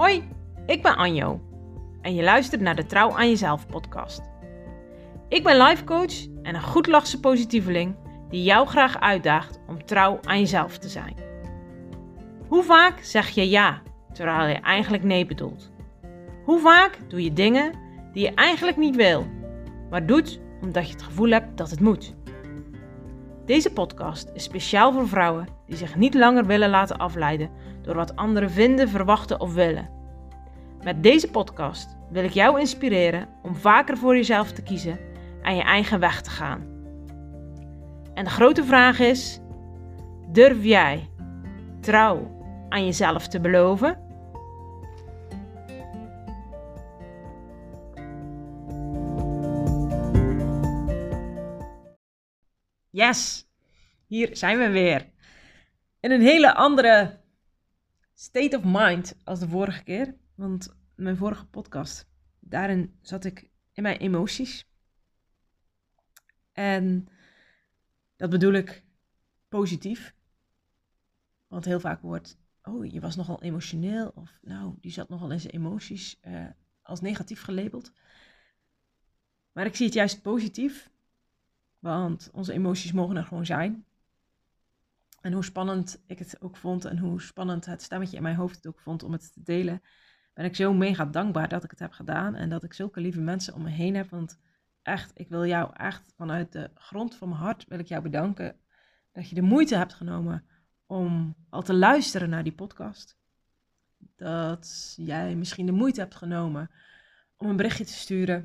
Hoi, ik ben Anjo en je luistert naar de Trouw aan Jezelf podcast. Ik ben life coach en een goedlachse positieveling die jou graag uitdaagt om trouw aan jezelf te zijn. Hoe vaak zeg je ja, terwijl je eigenlijk nee bedoelt? Hoe vaak doe je dingen die je eigenlijk niet wil, maar doet omdat je het gevoel hebt dat het moet? Deze podcast is speciaal voor vrouwen die zich niet langer willen laten afleiden door wat anderen vinden, verwachten of willen. Met deze podcast wil ik jou inspireren om vaker voor jezelf te kiezen en je eigen weg te gaan. En de grote vraag is: durf jij trouw aan jezelf te beloven? Yes, hier zijn we weer. In een hele andere state of mind als de vorige keer. Want mijn vorige podcast, daarin zat ik in mijn emoties. En dat bedoel ik positief. Want heel vaak wordt, je was nogal emotioneel. Of die zat nogal in zijn emoties als negatief gelabeld. Maar ik zie het juist positief. Want onze emoties mogen er gewoon zijn. En hoe spannend ik het ook vond en hoe spannend het stemmetje in mijn hoofd het ook vond om het te delen, ben ik zo mega dankbaar dat ik het heb gedaan en dat ik zulke lieve mensen om me heen heb. Want echt, ik wil jou echt vanuit de grond van mijn hart wil ik jou bedanken dat je de moeite hebt genomen om al te luisteren naar die podcast. Dat jij misschien de moeite hebt genomen om een berichtje te sturen.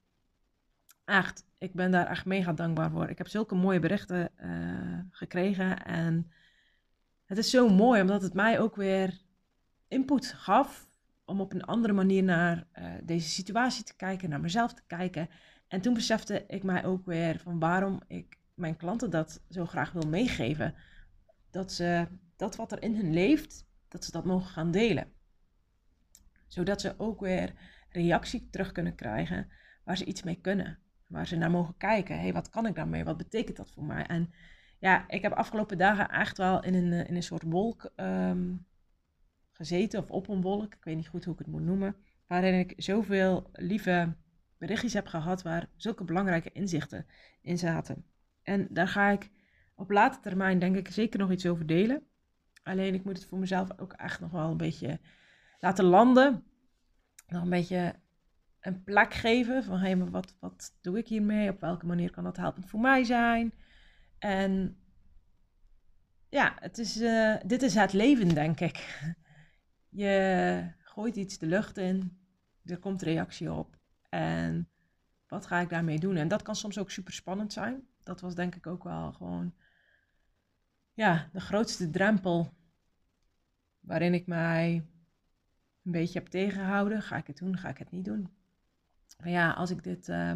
Echt, ik ben daar echt mega dankbaar voor. Ik heb zulke mooie berichten gekregen en het is zo mooi omdat het mij ook weer input gaf om op een andere manier naar deze situatie te kijken, naar mezelf te kijken. En toen besefte ik mij ook weer van waarom ik mijn klanten dat zo graag wil meegeven. Dat ze dat wat er in hun leeft, dat ze dat mogen gaan delen. Zodat ze ook weer reactie terug kunnen krijgen waar ze iets mee kunnen. Waar ze naar mogen kijken. Hé, wat kan ik daarmee? Wat betekent dat voor mij? En ja, ik heb afgelopen dagen echt wel in een soort wolk gezeten. Of op een wolk. Ik weet niet goed hoe ik het moet noemen. Waarin ik zoveel lieve berichtjes heb gehad. Waar zulke belangrijke inzichten in zaten. En daar ga ik op latere termijn denk ik zeker nog iets over delen. Alleen ik moet het voor mezelf ook echt nog wel een beetje laten landen. Nog een beetje een plek geven van maar wat doe ik hiermee? Op welke manier kan dat helpend voor mij zijn? En ja, dit is het leven, denk ik. Je gooit iets de lucht in, er komt reactie op. En wat ga ik daarmee doen? En dat kan soms ook super spannend zijn. Dat was denk ik ook wel gewoon de grootste drempel waarin ik mij een beetje heb tegengehouden. Ga ik het doen? Ga ik het niet doen? Maar ja, als ik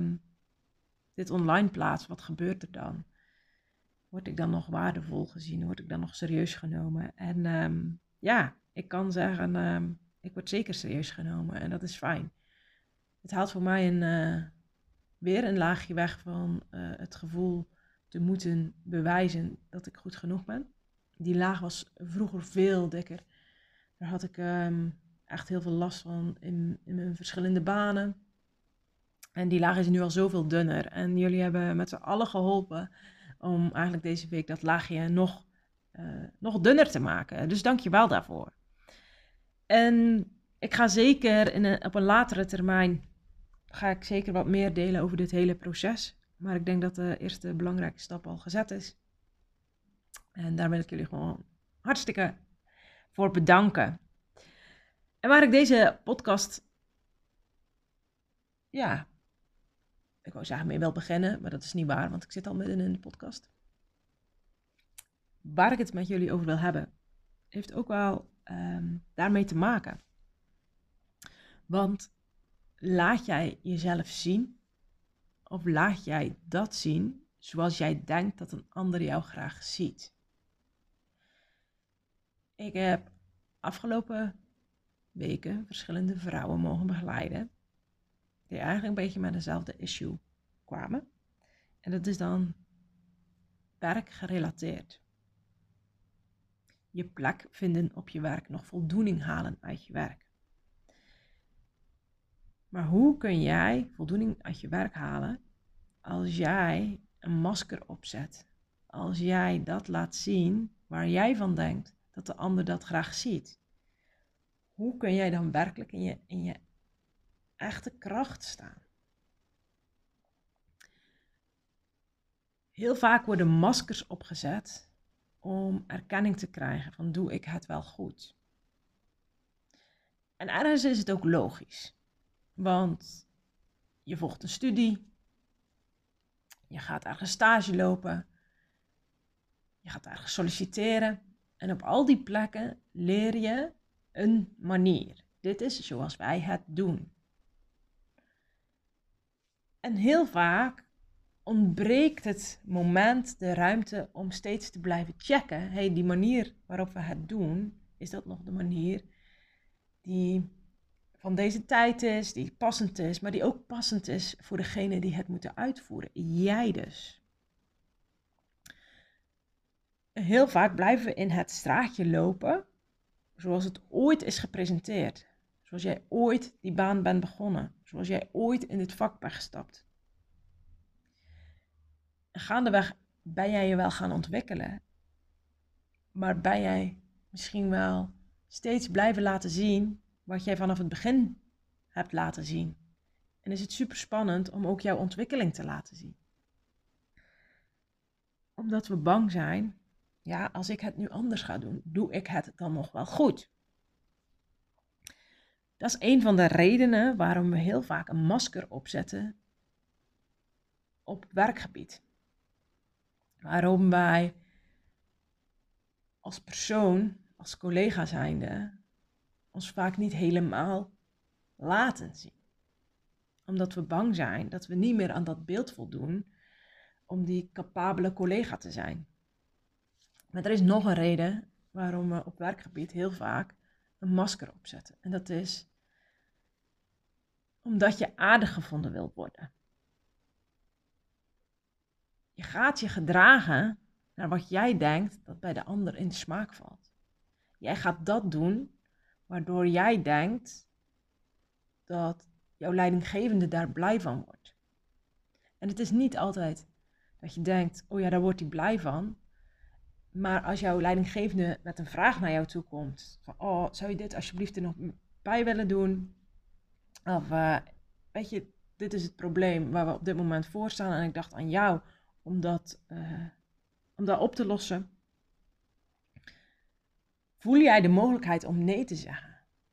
dit online plaats, wat gebeurt er dan? Word ik dan nog waardevol gezien? Word ik dan nog serieus genomen? En ik kan zeggen, ik word zeker serieus genomen en dat is fijn. Het haalt voor mij weer een laagje weg van het gevoel te moeten bewijzen dat ik goed genoeg ben. Die laag was vroeger veel dikker. Daar had ik echt heel veel last van in mijn verschillende banen. En die laag is nu al zoveel dunner. En jullie hebben met z'n allen geholpen om eigenlijk deze week dat laagje nog dunner te maken. Dus dank je wel daarvoor. En ik ga zeker op een latere termijn ga ik zeker wat meer delen over dit hele proces. Maar ik denk dat de eerste belangrijke stap al gezet is. En daar wil ik jullie gewoon hartstikke voor bedanken. En waar ik deze podcast ik wou zeggen mee wil beginnen, maar dat is niet waar, want ik zit al midden in de podcast. Waar ik het met jullie over wil hebben, heeft ook wel daarmee te maken. Want laat jij jezelf zien, of laat jij dat zien zoals jij denkt dat een ander jou graag ziet? Ik heb afgelopen weken verschillende vrouwen mogen begeleiden die eigenlijk een beetje met dezelfde issue kwamen. En dat is dan werkgerelateerd. Je plek vinden op je werk, nog voldoening halen uit je werk. Maar hoe kun jij voldoening uit je werk halen als jij een masker opzet? Als jij dat laat zien waar jij van denkt dat de ander dat graag ziet. Hoe kun jij dan werkelijk in je echte kracht staan? Heel vaak worden maskers opgezet om erkenning te krijgen van doe ik het wel goed. En ergens is het ook logisch. Want je volgt een studie, je gaat ergens stage lopen, je gaat ergens solliciteren. En op al die plekken leer je een manier. Dit is zoals wij het doen. En heel vaak ontbreekt het moment, de ruimte om steeds te blijven checken. Hey, die manier waarop we het doen, is dat nog de manier die van deze tijd is, die passend is, maar die ook passend is voor degene die het moeten uitvoeren. Jij dus. Heel vaak blijven we in het straatje lopen zoals het ooit is gepresenteerd. Zoals jij ooit die baan bent begonnen. Zoals jij ooit in dit vak bent gestapt. En gaandeweg ben jij je wel gaan ontwikkelen. Maar ben jij misschien wel steeds blijven laten zien wat jij vanaf het begin hebt laten zien. En is het super spannend om ook jouw ontwikkeling te laten zien. Omdat we bang zijn, ja, als ik het nu anders ga doen, doe ik het dan nog wel goed? Dat is een van de redenen waarom we heel vaak een masker opzetten op werkgebied. Waarom wij als persoon, als collega zijnde, ons vaak niet helemaal laten zien. Omdat we bang zijn dat we niet meer aan dat beeld voldoen om die capabele collega te zijn. Maar er is nog een reden waarom we op werkgebied heel vaak een masker opzetten. En dat is omdat je aardig gevonden wilt worden. Je gaat je gedragen naar wat jij denkt dat bij de ander in de smaak valt. Jij gaat dat doen waardoor jij denkt dat jouw leidinggevende daar blij van wordt. En het is niet altijd dat je denkt, oh ja, daar wordt hij blij van. Maar als jouw leidinggevende met een vraag naar jou toe komt, van oh, zou je dit alsjeblieft er nog bij willen doen? Of weet je, dit is het probleem waar we op dit moment voor staan en ik dacht aan jou om dat op te lossen. Voel jij de mogelijkheid om nee te zeggen?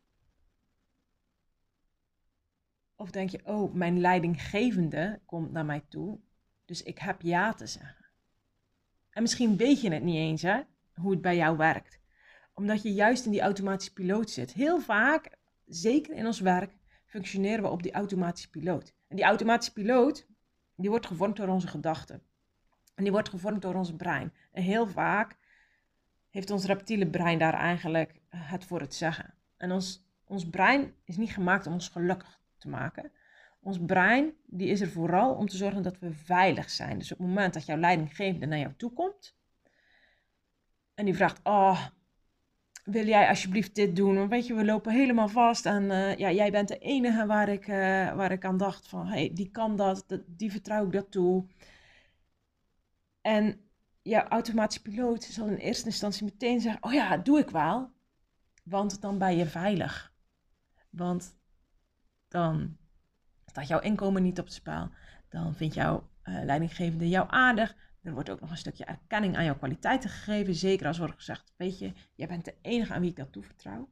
Of denk je, oh, mijn leidinggevende komt naar mij toe, dus ik heb ja te zeggen. En misschien weet je het niet eens, hè, hoe het bij jou werkt. Omdat je juist in die automatische piloot zit. Heel vaak, zeker in ons werk, functioneren we op die automatische piloot. En die automatische piloot, die wordt gevormd door onze gedachten. En die wordt gevormd door ons brein. En heel vaak heeft ons reptiele brein daar eigenlijk het voor het zeggen. En ons brein is niet gemaakt om ons gelukkig te maken. Ons brein die is er vooral om te zorgen dat we veilig zijn. Dus op het moment dat jouw leidinggevende naar jou toe komt en die vraagt, oh, wil jij alsjeblieft dit doen? Want weet je, we lopen helemaal vast en ja, jij bent de enige waar ik aan dacht van, hey, die kan dat, die vertrouw ik dat toe. En jouw automatische piloot zal in eerste instantie meteen zeggen, oh ja, doe ik wel. Want dan ben je veilig. Want dan staat jouw inkomen niet op het spel. Dan vindt jouw leidinggevende jou aardig. Er wordt ook nog een stukje erkenning aan jouw kwaliteiten gegeven. Zeker als wordt gezegd, weet je, jij bent de enige aan wie ik dat toevertrouw.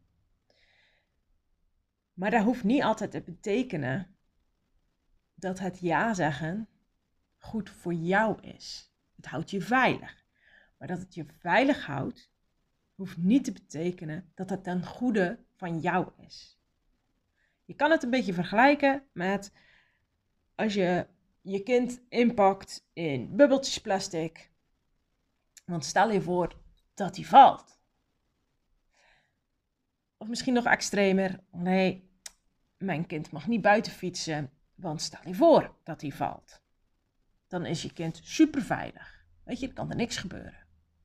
Maar dat hoeft niet altijd te betekenen dat het ja zeggen goed voor jou is. Het houdt je veilig. Maar dat het je veilig houdt, hoeft niet te betekenen dat het ten goede van jou is. Je kan het een beetje vergelijken met als je je kind inpakt in bubbeltjes plastic. Want stel je voor dat hij valt. Of misschien nog extremer. Nee, mijn kind mag niet buiten fietsen. Want stel je voor dat hij valt. Dan is je kind super veilig. Weet je, er kan er niks gebeuren.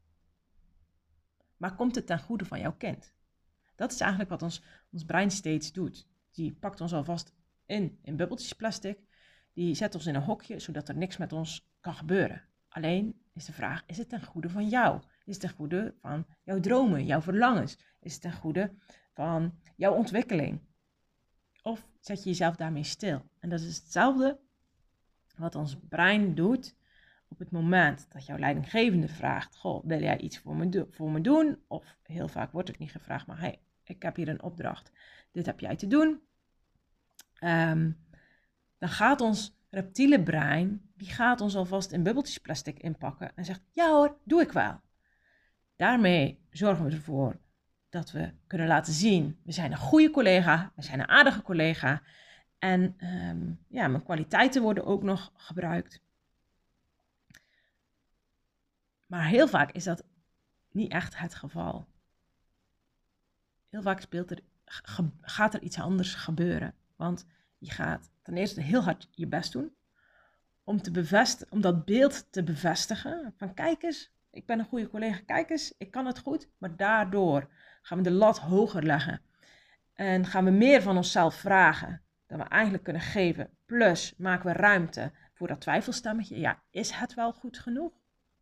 Maar komt het ten goede van jouw kind? Dat is eigenlijk wat ons brein steeds doet. Die pakt ons alvast in bubbeltjes plastic. Die zet ons in een hokje, zodat er niks met ons kan gebeuren. Alleen is de vraag, is het ten goede van jou? Is het ten goede van jouw dromen, jouw verlangens? Is het ten goede van jouw ontwikkeling? Of zet je jezelf daarmee stil? En dat is hetzelfde wat ons brein doet op het moment dat jouw leidinggevende vraagt, goh, wil jij iets voor me doen? Of heel vaak wordt het niet gevraagd, maar hey, ik heb hier een opdracht, dit heb jij te doen. Dan gaat ons reptiele brein, die gaat ons alvast in bubbeltjes plastic inpakken en zegt, ja hoor, doe ik wel. Daarmee zorgen we ervoor dat we kunnen laten zien, we zijn een goede collega, we zijn een aardige collega. En mijn kwaliteiten worden ook nog gebruikt. Maar heel vaak is dat niet echt het geval. Heel vaak gaat er iets anders gebeuren. Want je gaat ten eerste heel hard je best doen om dat beeld te bevestigen. Van kijk eens, ik ben een goede collega, kijk eens, ik kan het goed. Maar daardoor gaan we de lat hoger leggen. En gaan we meer van onszelf vragen dan we eigenlijk kunnen geven. Plus maken we ruimte voor dat twijfelstemmetje. Ja, is het wel goed genoeg?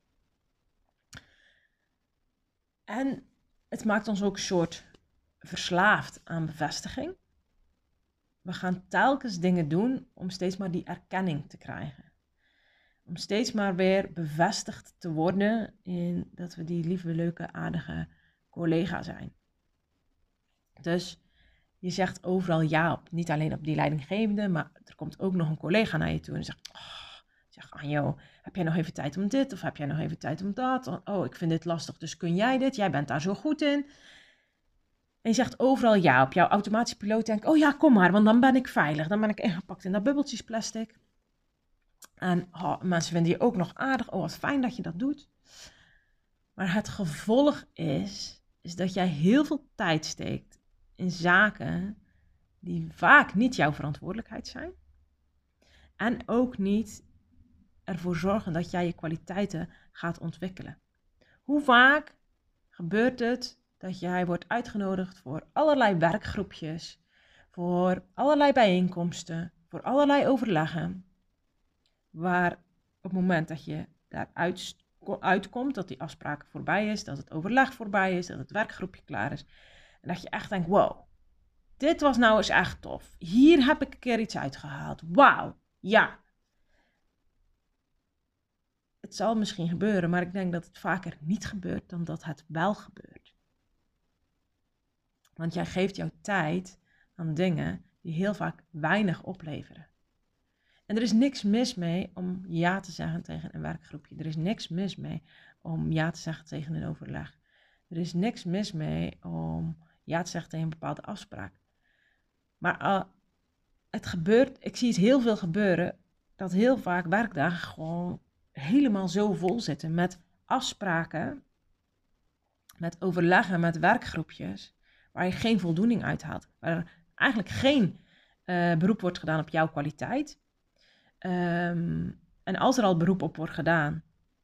En het maakt ons ook een soort verslaafd aan bevestiging. We gaan telkens dingen doen om steeds maar die erkenning te krijgen. Om steeds maar weer bevestigd te worden in dat we die lieve, leuke, aardige collega zijn. Dus je zegt overal ja op. Niet alleen op die leidinggevende, maar er komt ook nog een collega naar je toe en zegt, Anjo, heb jij nog even tijd om dit? Of heb jij nog even tijd om dat? Oh, ik vind dit lastig, dus kun jij dit? Jij bent daar zo goed in. En je zegt overal ja op. Jouw automatische piloot denkt, oh ja, kom maar, want dan ben ik veilig. Dan ben ik ingepakt in dat bubbeltjes plastic. En mensen vinden je ook nog aardig. Oh, wat fijn dat je dat doet. Maar het gevolg is dat jij heel veel tijd steekt in zaken die vaak niet jouw verantwoordelijkheid zijn. En ook niet ervoor zorgen dat jij je kwaliteiten gaat ontwikkelen. Hoe vaak gebeurt het dat jij wordt uitgenodigd voor allerlei werkgroepjes, voor allerlei bijeenkomsten, voor allerlei overleggen, waar op het moment dat je daaruit uitkomt, dat die afspraak voorbij is, dat het overleg voorbij is, dat het werkgroepje klaar is, en dat je echt denkt, wow, dit was nou eens echt tof. Hier heb ik een keer iets uitgehaald. Wauw, ja. Het zal misschien gebeuren, maar ik denk dat het vaker niet gebeurt dan dat het wel gebeurt. Want jij geeft jouw tijd aan dingen die heel vaak weinig opleveren. En er is niks mis mee om ja te zeggen tegen een werkgroepje. Er is niks mis mee om ja te zeggen tegen een overleg. Er is niks mis mee om ja te zeggen tegen een bepaalde afspraak. Maar het gebeurt, ik zie het heel veel gebeuren, dat heel vaak werkdagen gewoon helemaal zo vol zitten met afspraken, met overleggen, met werkgroepjes, waar je geen voldoening uit haalt. Waar er eigenlijk geen beroep wordt gedaan op jouw kwaliteit. En als er al beroep op wordt gedaan,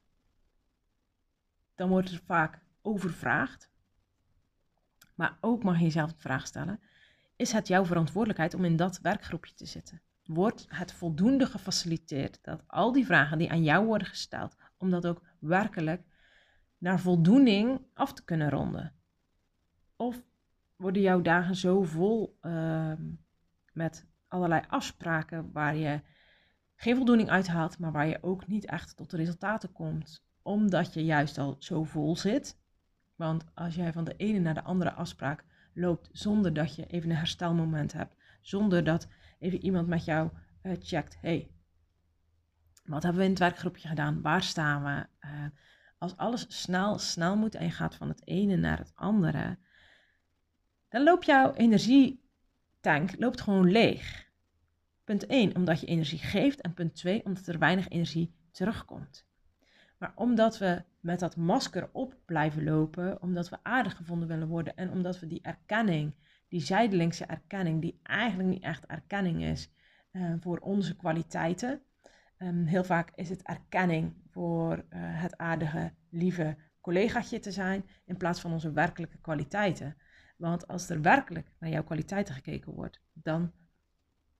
dan wordt er vaak overvraagd. Maar ook mag je jezelf de vraag stellen, is het jouw verantwoordelijkheid om in dat werkgroepje te zitten? Wordt het voldoende gefaciliteerd dat al die vragen die aan jou worden gesteld, om dat ook werkelijk naar voldoening af te kunnen ronden? Of worden jouw dagen zo vol met allerlei afspraken waar je geen voldoening uithaalt, maar waar je ook niet echt tot de resultaten komt, omdat je juist al zo vol zit? Want als jij van de ene naar de andere afspraak loopt zonder dat je even een herstelmoment hebt, zonder dat even iemand met jou checkt, hey, wat hebben we in het werkgroepje gedaan, waar staan we? Als alles snel moet en je gaat van het ene naar het andere, dan loopt jouw energietank gewoon leeg. Punt 1, omdat je energie geeft, en punt 2, omdat er weinig energie terugkomt. Maar omdat we met dat masker op blijven lopen, omdat we aardig gevonden willen worden en omdat we die erkenning, die zijdelingse erkenning, die eigenlijk niet echt erkenning is voor onze kwaliteiten. Heel vaak is het erkenning voor het aardige, lieve collegaatje te zijn in plaats van onze werkelijke kwaliteiten. Want als er werkelijk naar jouw kwaliteiten gekeken wordt, dan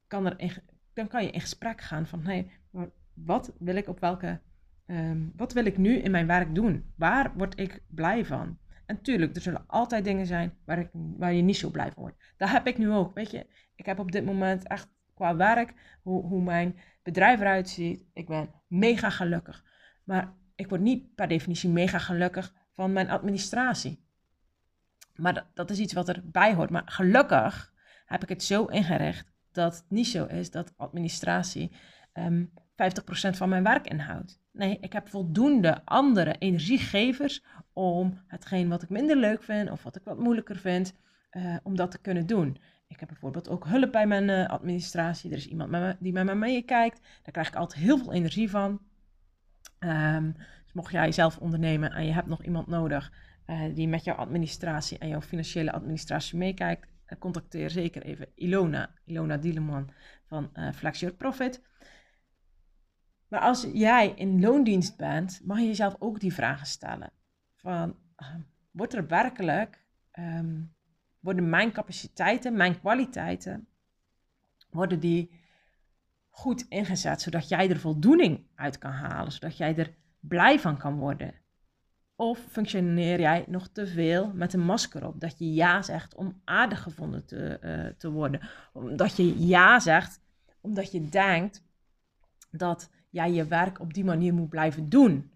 dan kan je in gesprek gaan van, hey, wat wil ik wat wil ik nu in mijn werk doen? Waar word ik blij van? En tuurlijk, er zullen altijd dingen zijn waar je niet zo blij van wordt. Dat heb ik nu ook, weet je. Ik heb op dit moment echt qua werk, hoe mijn bedrijf eruit ziet, ik ben mega gelukkig. Maar ik word niet per definitie mega gelukkig van mijn administratie. Maar dat is iets wat erbij hoort. Maar gelukkig heb ik het zo ingericht dat het niet zo is dat administratie 50% van mijn werk inhoudt. Nee, ik heb voldoende andere energiegevers om hetgeen wat ik minder leuk vind of wat ik wat moeilijker vind, om dat te kunnen doen. Ik heb bijvoorbeeld ook hulp bij mijn administratie. Er is iemand die met me meekijkt. Daar krijg ik altijd heel veel energie van. Dus mocht jij zelf ondernemen en je hebt nog iemand nodig die met jouw administratie en jouw financiële administratie meekijkt, contacteer zeker even Ilona Dieleman van Flex Your Profit. Maar als jij in loondienst bent, mag je jezelf ook die vragen stellen. Van, wordt er werkelijk, worden mijn capaciteiten, mijn kwaliteiten, worden die goed ingezet, zodat jij er voldoening uit kan halen, zodat jij er blij van kan worden? Of functioneer jij nog te veel met een masker op, dat je ja zegt om aardig gevonden te worden? Omdat je ja zegt, omdat je denkt dat jij je werk op die manier moet blijven doen.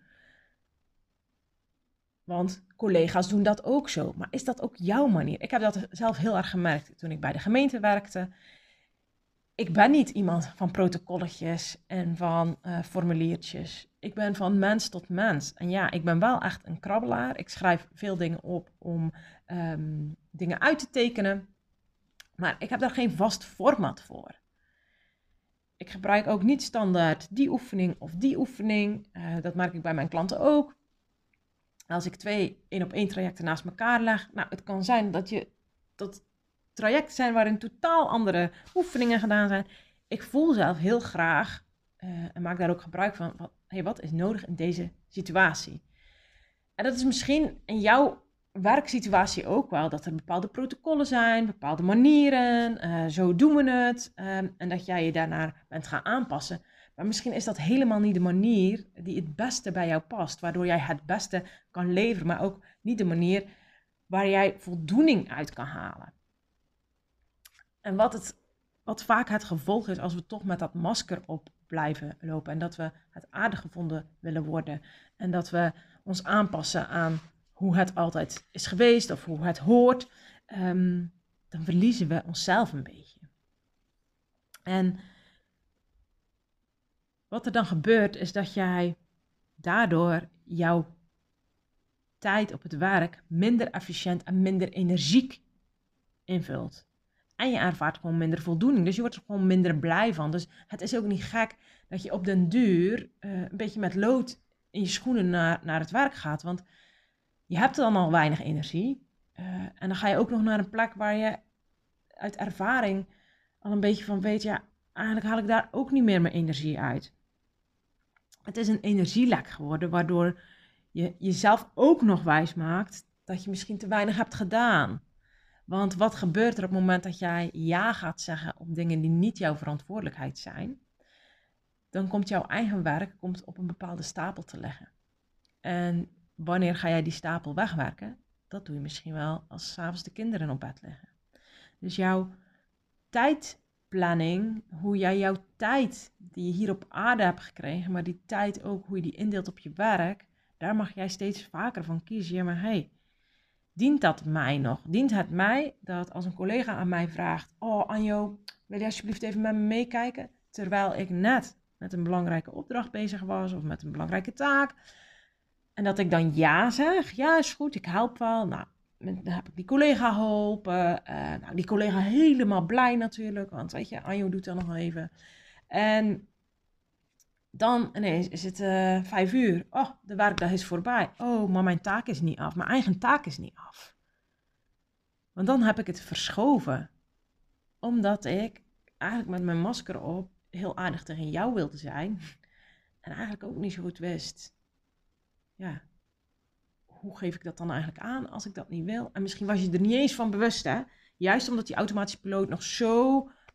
Want collega's doen dat ook zo. Maar is dat ook jouw manier? Ik heb dat zelf heel erg gemerkt toen ik bij de gemeente werkte. Ik ben niet iemand van protocolletjes en van formuliertjes. Ik ben van mens tot mens. En ja, ik ben wel echt een krabbelaar. Ik schrijf veel dingen op om dingen uit te tekenen. Maar ik heb daar geen vast format voor. Ik gebruik ook niet standaard die oefening of die oefening. Dat merk ik bij mijn klanten ook. Als ik 2 1-op-1 trajecten naast elkaar leg. Nou, het kan zijn dat trajecten zijn waarin totaal andere oefeningen gedaan zijn. Ik voel zelf heel graag en maak daar ook gebruik van wat is nodig in deze situatie? En dat is misschien in jouw werksituatie ook wel, dat er bepaalde protocollen zijn, bepaalde manieren, zo doen we het, en dat jij je daarnaar bent gaan aanpassen. Maar misschien is dat helemaal niet de manier die het beste bij jou past, waardoor jij het beste kan leveren, maar ook niet de manier waar jij voldoening uit kan halen. En wat vaak het gevolg is als we toch met dat masker op blijven lopen en dat we het aardig gevonden willen worden en dat we ons aanpassen aan hoe het altijd is geweest of hoe het hoort, dan verliezen we onszelf een beetje. En wat er dan gebeurt is dat jij daardoor jouw tijd op het werk minder efficiënt en minder energiek invult. En je ervaart gewoon minder voldoening. Dus je wordt er gewoon minder blij van. Dus het is ook niet gek dat je op den duur een beetje met lood in je schoenen naar het werk gaat. Want je hebt dan al weinig energie. En dan ga je ook nog naar een plek waar je uit ervaring al een beetje van weet, ja, eigenlijk haal ik daar ook niet meer mijn energie uit. Het is een energielek geworden, waardoor je jezelf ook nog wijs maakt dat je misschien te weinig hebt gedaan. Want wat gebeurt er op het moment dat jij ja gaat zeggen op dingen die niet jouw verantwoordelijkheid zijn? Dan komt jouw eigen werk op een bepaalde stapel te liggen. En wanneer ga jij die stapel wegwerken? Dat doe je misschien wel als 's avonds de kinderen op bed liggen. Dus jouw tijdplanning, hoe jij jouw tijd die je hier op aarde hebt gekregen, maar die tijd ook hoe je die indeelt op je werk, daar mag jij steeds vaker van kiezen. Ja, maar hey, dient dat mij nog? Dient het mij dat als een collega aan mij vraagt, oh Anjo, wil je alsjeblieft even met me meekijken? Terwijl ik net met een belangrijke opdracht bezig was of met een belangrijke taak. En dat ik dan ja zeg, ja is goed, ik help wel. Nou, dan heb ik die collega geholpen. Nou, die collega helemaal blij natuurlijk, want weet je, Anjo doet dat nog even. En dan ineens is het 5 uur. Oh, de werkdag is voorbij. Oh, maar mijn taak is niet af. Mijn eigen taak is niet af. Want dan heb ik het verschoven. Omdat ik eigenlijk met mijn masker op heel aardig tegen jou wilde zijn. En eigenlijk ook niet zo goed wist. Ja, hoe geef ik dat dan eigenlijk aan als ik dat niet wil? En misschien was je er niet eens van bewust, hè? Juist omdat die automatische piloot nog zo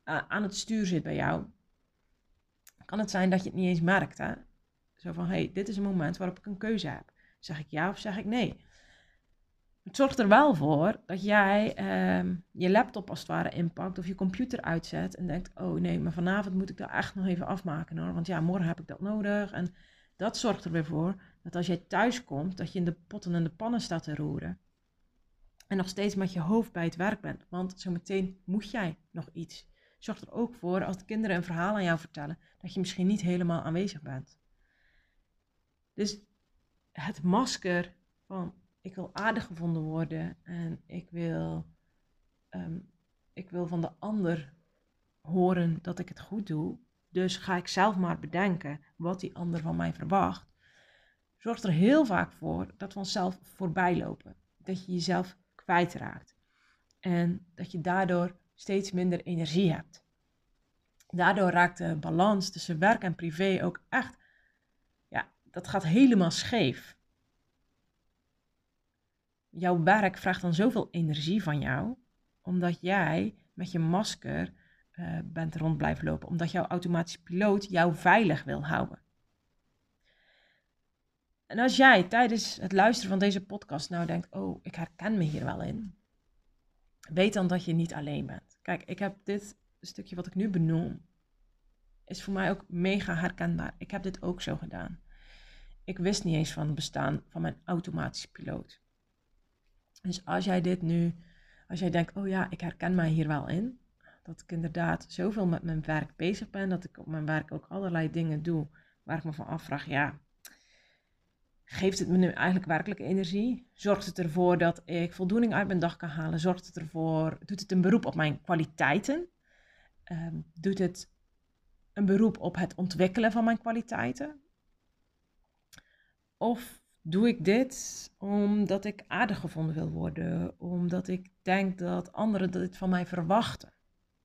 aan het stuur zit bij jou, kan het zijn dat je het niet eens merkt. Hè? Zo van, dit is een moment waarop ik een keuze heb. Zeg ik ja of zeg ik nee? Het zorgt er wel voor dat jij je laptop als het ware inpakt of je computer uitzet en denkt, oh nee, maar vanavond moet ik dat echt nog even afmaken hoor, want ja, morgen heb ik dat nodig. En dat zorgt er weer voor dat als jij thuis komt, dat je in de potten en de pannen staat te roeren. En nog steeds met je hoofd bij het werk bent, want zometeen moet jij nog iets. Zorgt er ook voor, als de kinderen een verhaal aan jou vertellen, dat je misschien niet helemaal aanwezig bent. Dus het masker van ik wil aardig gevonden worden en ik wil van de ander horen dat ik het goed doe. Dus ga ik zelf maar bedenken wat die ander van mij verwacht. Zorgt er heel vaak voor dat we onszelf voorbij lopen. Dat je jezelf kwijtraakt. En dat je daardoor steeds minder energie hebt. Daardoor raakt de balans tussen werk en privé ook echt, dat gaat helemaal scheef. Jouw werk vraagt dan zoveel energie van jou, omdat jij met je masker bent rond blijven lopen. Omdat jouw automatische piloot jou veilig wil houden. En als jij tijdens het luisteren van deze podcast nou denkt, oh, ik herken me hier wel in. Weet dan dat je niet alleen bent. Kijk, ik heb dit stukje wat ik nu benoem, is voor mij ook mega herkenbaar. Ik heb dit ook zo gedaan. Ik wist niet eens van het bestaan van mijn automatische piloot. Dus als jij denkt, oh ja, ik herken mij hier wel in. Dat ik inderdaad zoveel met mijn werk bezig ben. Dat ik op mijn werk ook allerlei dingen doe waar ik me van afvraag, geeft het me nu eigenlijk werkelijk energie? Zorgt het ervoor dat ik voldoening uit mijn dag kan halen? Doet het een beroep op mijn kwaliteiten? Doet het een beroep op het ontwikkelen van mijn kwaliteiten? Of doe ik dit omdat ik aardig gevonden wil worden? Omdat ik denk dat anderen dit van mij verwachten?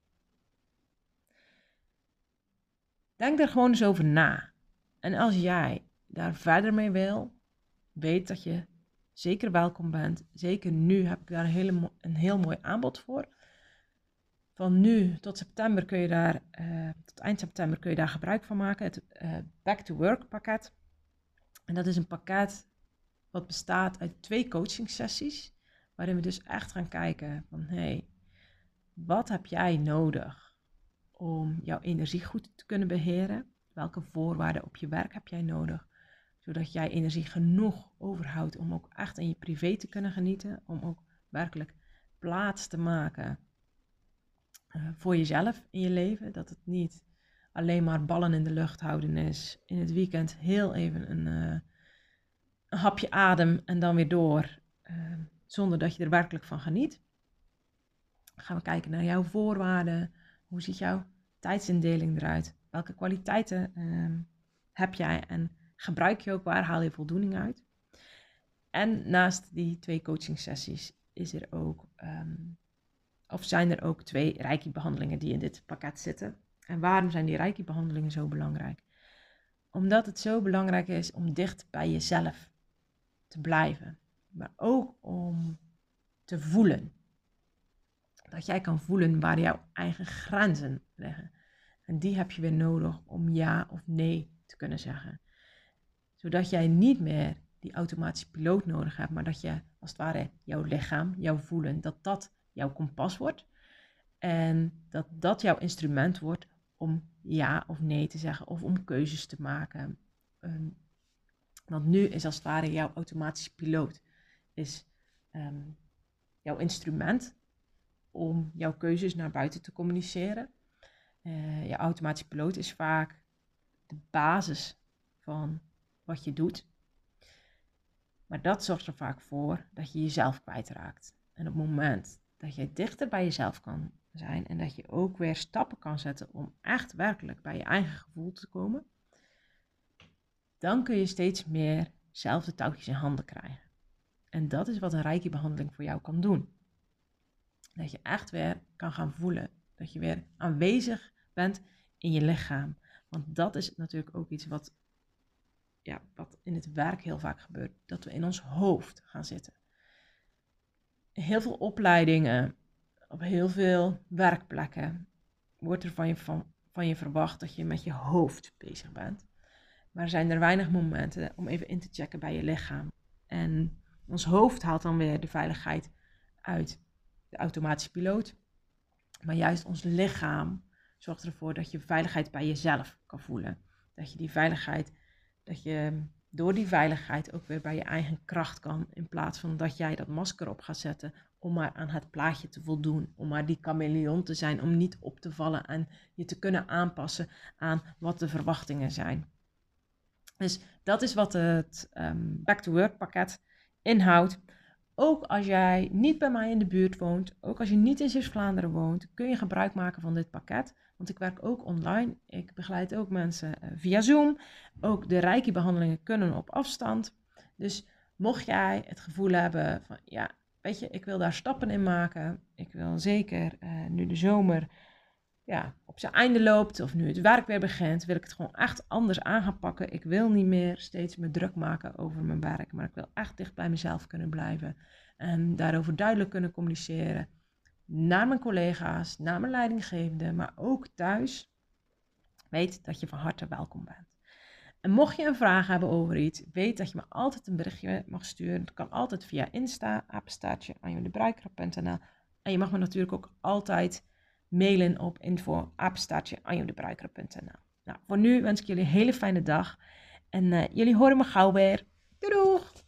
Denk er gewoon eens over na. En als jij daar verder mee wil, weet dat je zeker welkom bent. Zeker nu heb ik daar een heel mooi aanbod voor. Van nu tot september tot eind september kun je daar gebruik van maken. Het Back to Work pakket. En dat is een pakket wat bestaat uit 2 coachingsessies. Waarin we dus echt gaan kijken van wat heb jij nodig om jouw energie goed te kunnen beheren? Welke voorwaarden op je werk heb jij nodig? Zodat jij energie genoeg overhoudt om ook echt in je privé te kunnen genieten. Om ook werkelijk plaats te maken voor jezelf in je leven. Dat het niet alleen maar ballen in de lucht houden is. In het weekend heel even een hapje adem en dan weer door. Zonder dat je er werkelijk van geniet. Dan gaan we kijken naar jouw voorwaarden. Hoe ziet jouw tijdsindeling eruit? Welke kwaliteiten heb jij en gebruik je ook? Waar haal je voldoening uit? En naast die 2 coachingsessies zijn er ook 2 Reiki-behandelingen die in dit pakket zitten. En waarom zijn die Reiki-behandelingen zo belangrijk? Omdat het zo belangrijk is om dicht bij jezelf te blijven. Maar ook om te voelen. Dat jij kan voelen waar jouw eigen grenzen liggen. En die heb je weer nodig om ja of nee te kunnen zeggen. Zodat jij niet meer die automatische piloot nodig hebt, maar dat je als het ware jouw lichaam, jouw voelen, dat jouw kompas wordt. En dat jouw instrument wordt om ja of nee te zeggen of om keuzes te maken. Want nu is als het ware jouw automatische piloot is jouw instrument om jouw keuzes naar buiten te communiceren. Je automatische piloot is vaak de basis van wat je doet. Maar dat zorgt er vaak voor dat je jezelf kwijtraakt. En op het moment dat je dichter bij jezelf kan zijn en dat je ook weer stappen kan zetten om echt werkelijk bij je eigen gevoel te komen, dan kun je steeds meer zelf de touwtjes in handen krijgen. En dat is wat een Reiki-behandeling voor jou kan doen. Dat je echt weer kan gaan voelen. Dat je weer aanwezig bent in je lichaam. Want dat is natuurlijk ook iets wat in het werk heel vaak gebeurt. Dat we in ons hoofd gaan zitten. Heel veel opleidingen, op heel veel werkplekken, wordt er van je verwacht dat je met je hoofd bezig bent. Maar er zijn er weinig momenten om even in te checken bij je lichaam. En ons hoofd haalt dan weer de veiligheid uit de automatische piloot. Maar juist ons lichaam zorgt ervoor dat je veiligheid bij jezelf kan voelen. Dat je die veiligheid, dat je door die veiligheid ook weer bij je eigen kracht kan. In plaats van dat jij dat masker op gaat zetten om maar aan het plaatje te voldoen. Om maar die chameleon te zijn, om niet op te vallen en je te kunnen aanpassen aan wat de verwachtingen zijn. Dus dat is wat het Back to Work pakket inhoudt. Ook als jij niet bij mij in de buurt woont, ook als je niet in Zeeuws-Vlaanderen woont, kun je gebruik maken van dit pakket. Want ik werk ook online. Ik begeleid ook mensen via Zoom. Ook de Reiki-behandelingen kunnen op afstand. Dus mocht jij het gevoel hebben van, ja, weet je, ik wil daar stappen in maken. Ik wil zeker nu de zomer op zijn einde loopt of nu het werk weer begint, wil ik het gewoon echt anders aan gaan pakken. Ik wil niet meer steeds me druk maken over mijn werk, maar ik wil echt dicht bij mezelf kunnen blijven en daarover duidelijk kunnen communiceren naar mijn collega's, naar mijn leidinggevende, maar ook thuis. Weet dat je van harte welkom bent. En mocht je een vraag hebben over iets, weet dat je me altijd een berichtje mag sturen. Dat kan altijd via Insta, @anjodebruikere.nl. En je mag me natuurlijk ook altijd mailen op info@anjodebruikere.nl. Nou, voor nu wens ik jullie een hele fijne dag. En jullie horen me gauw weer. Doei doeg!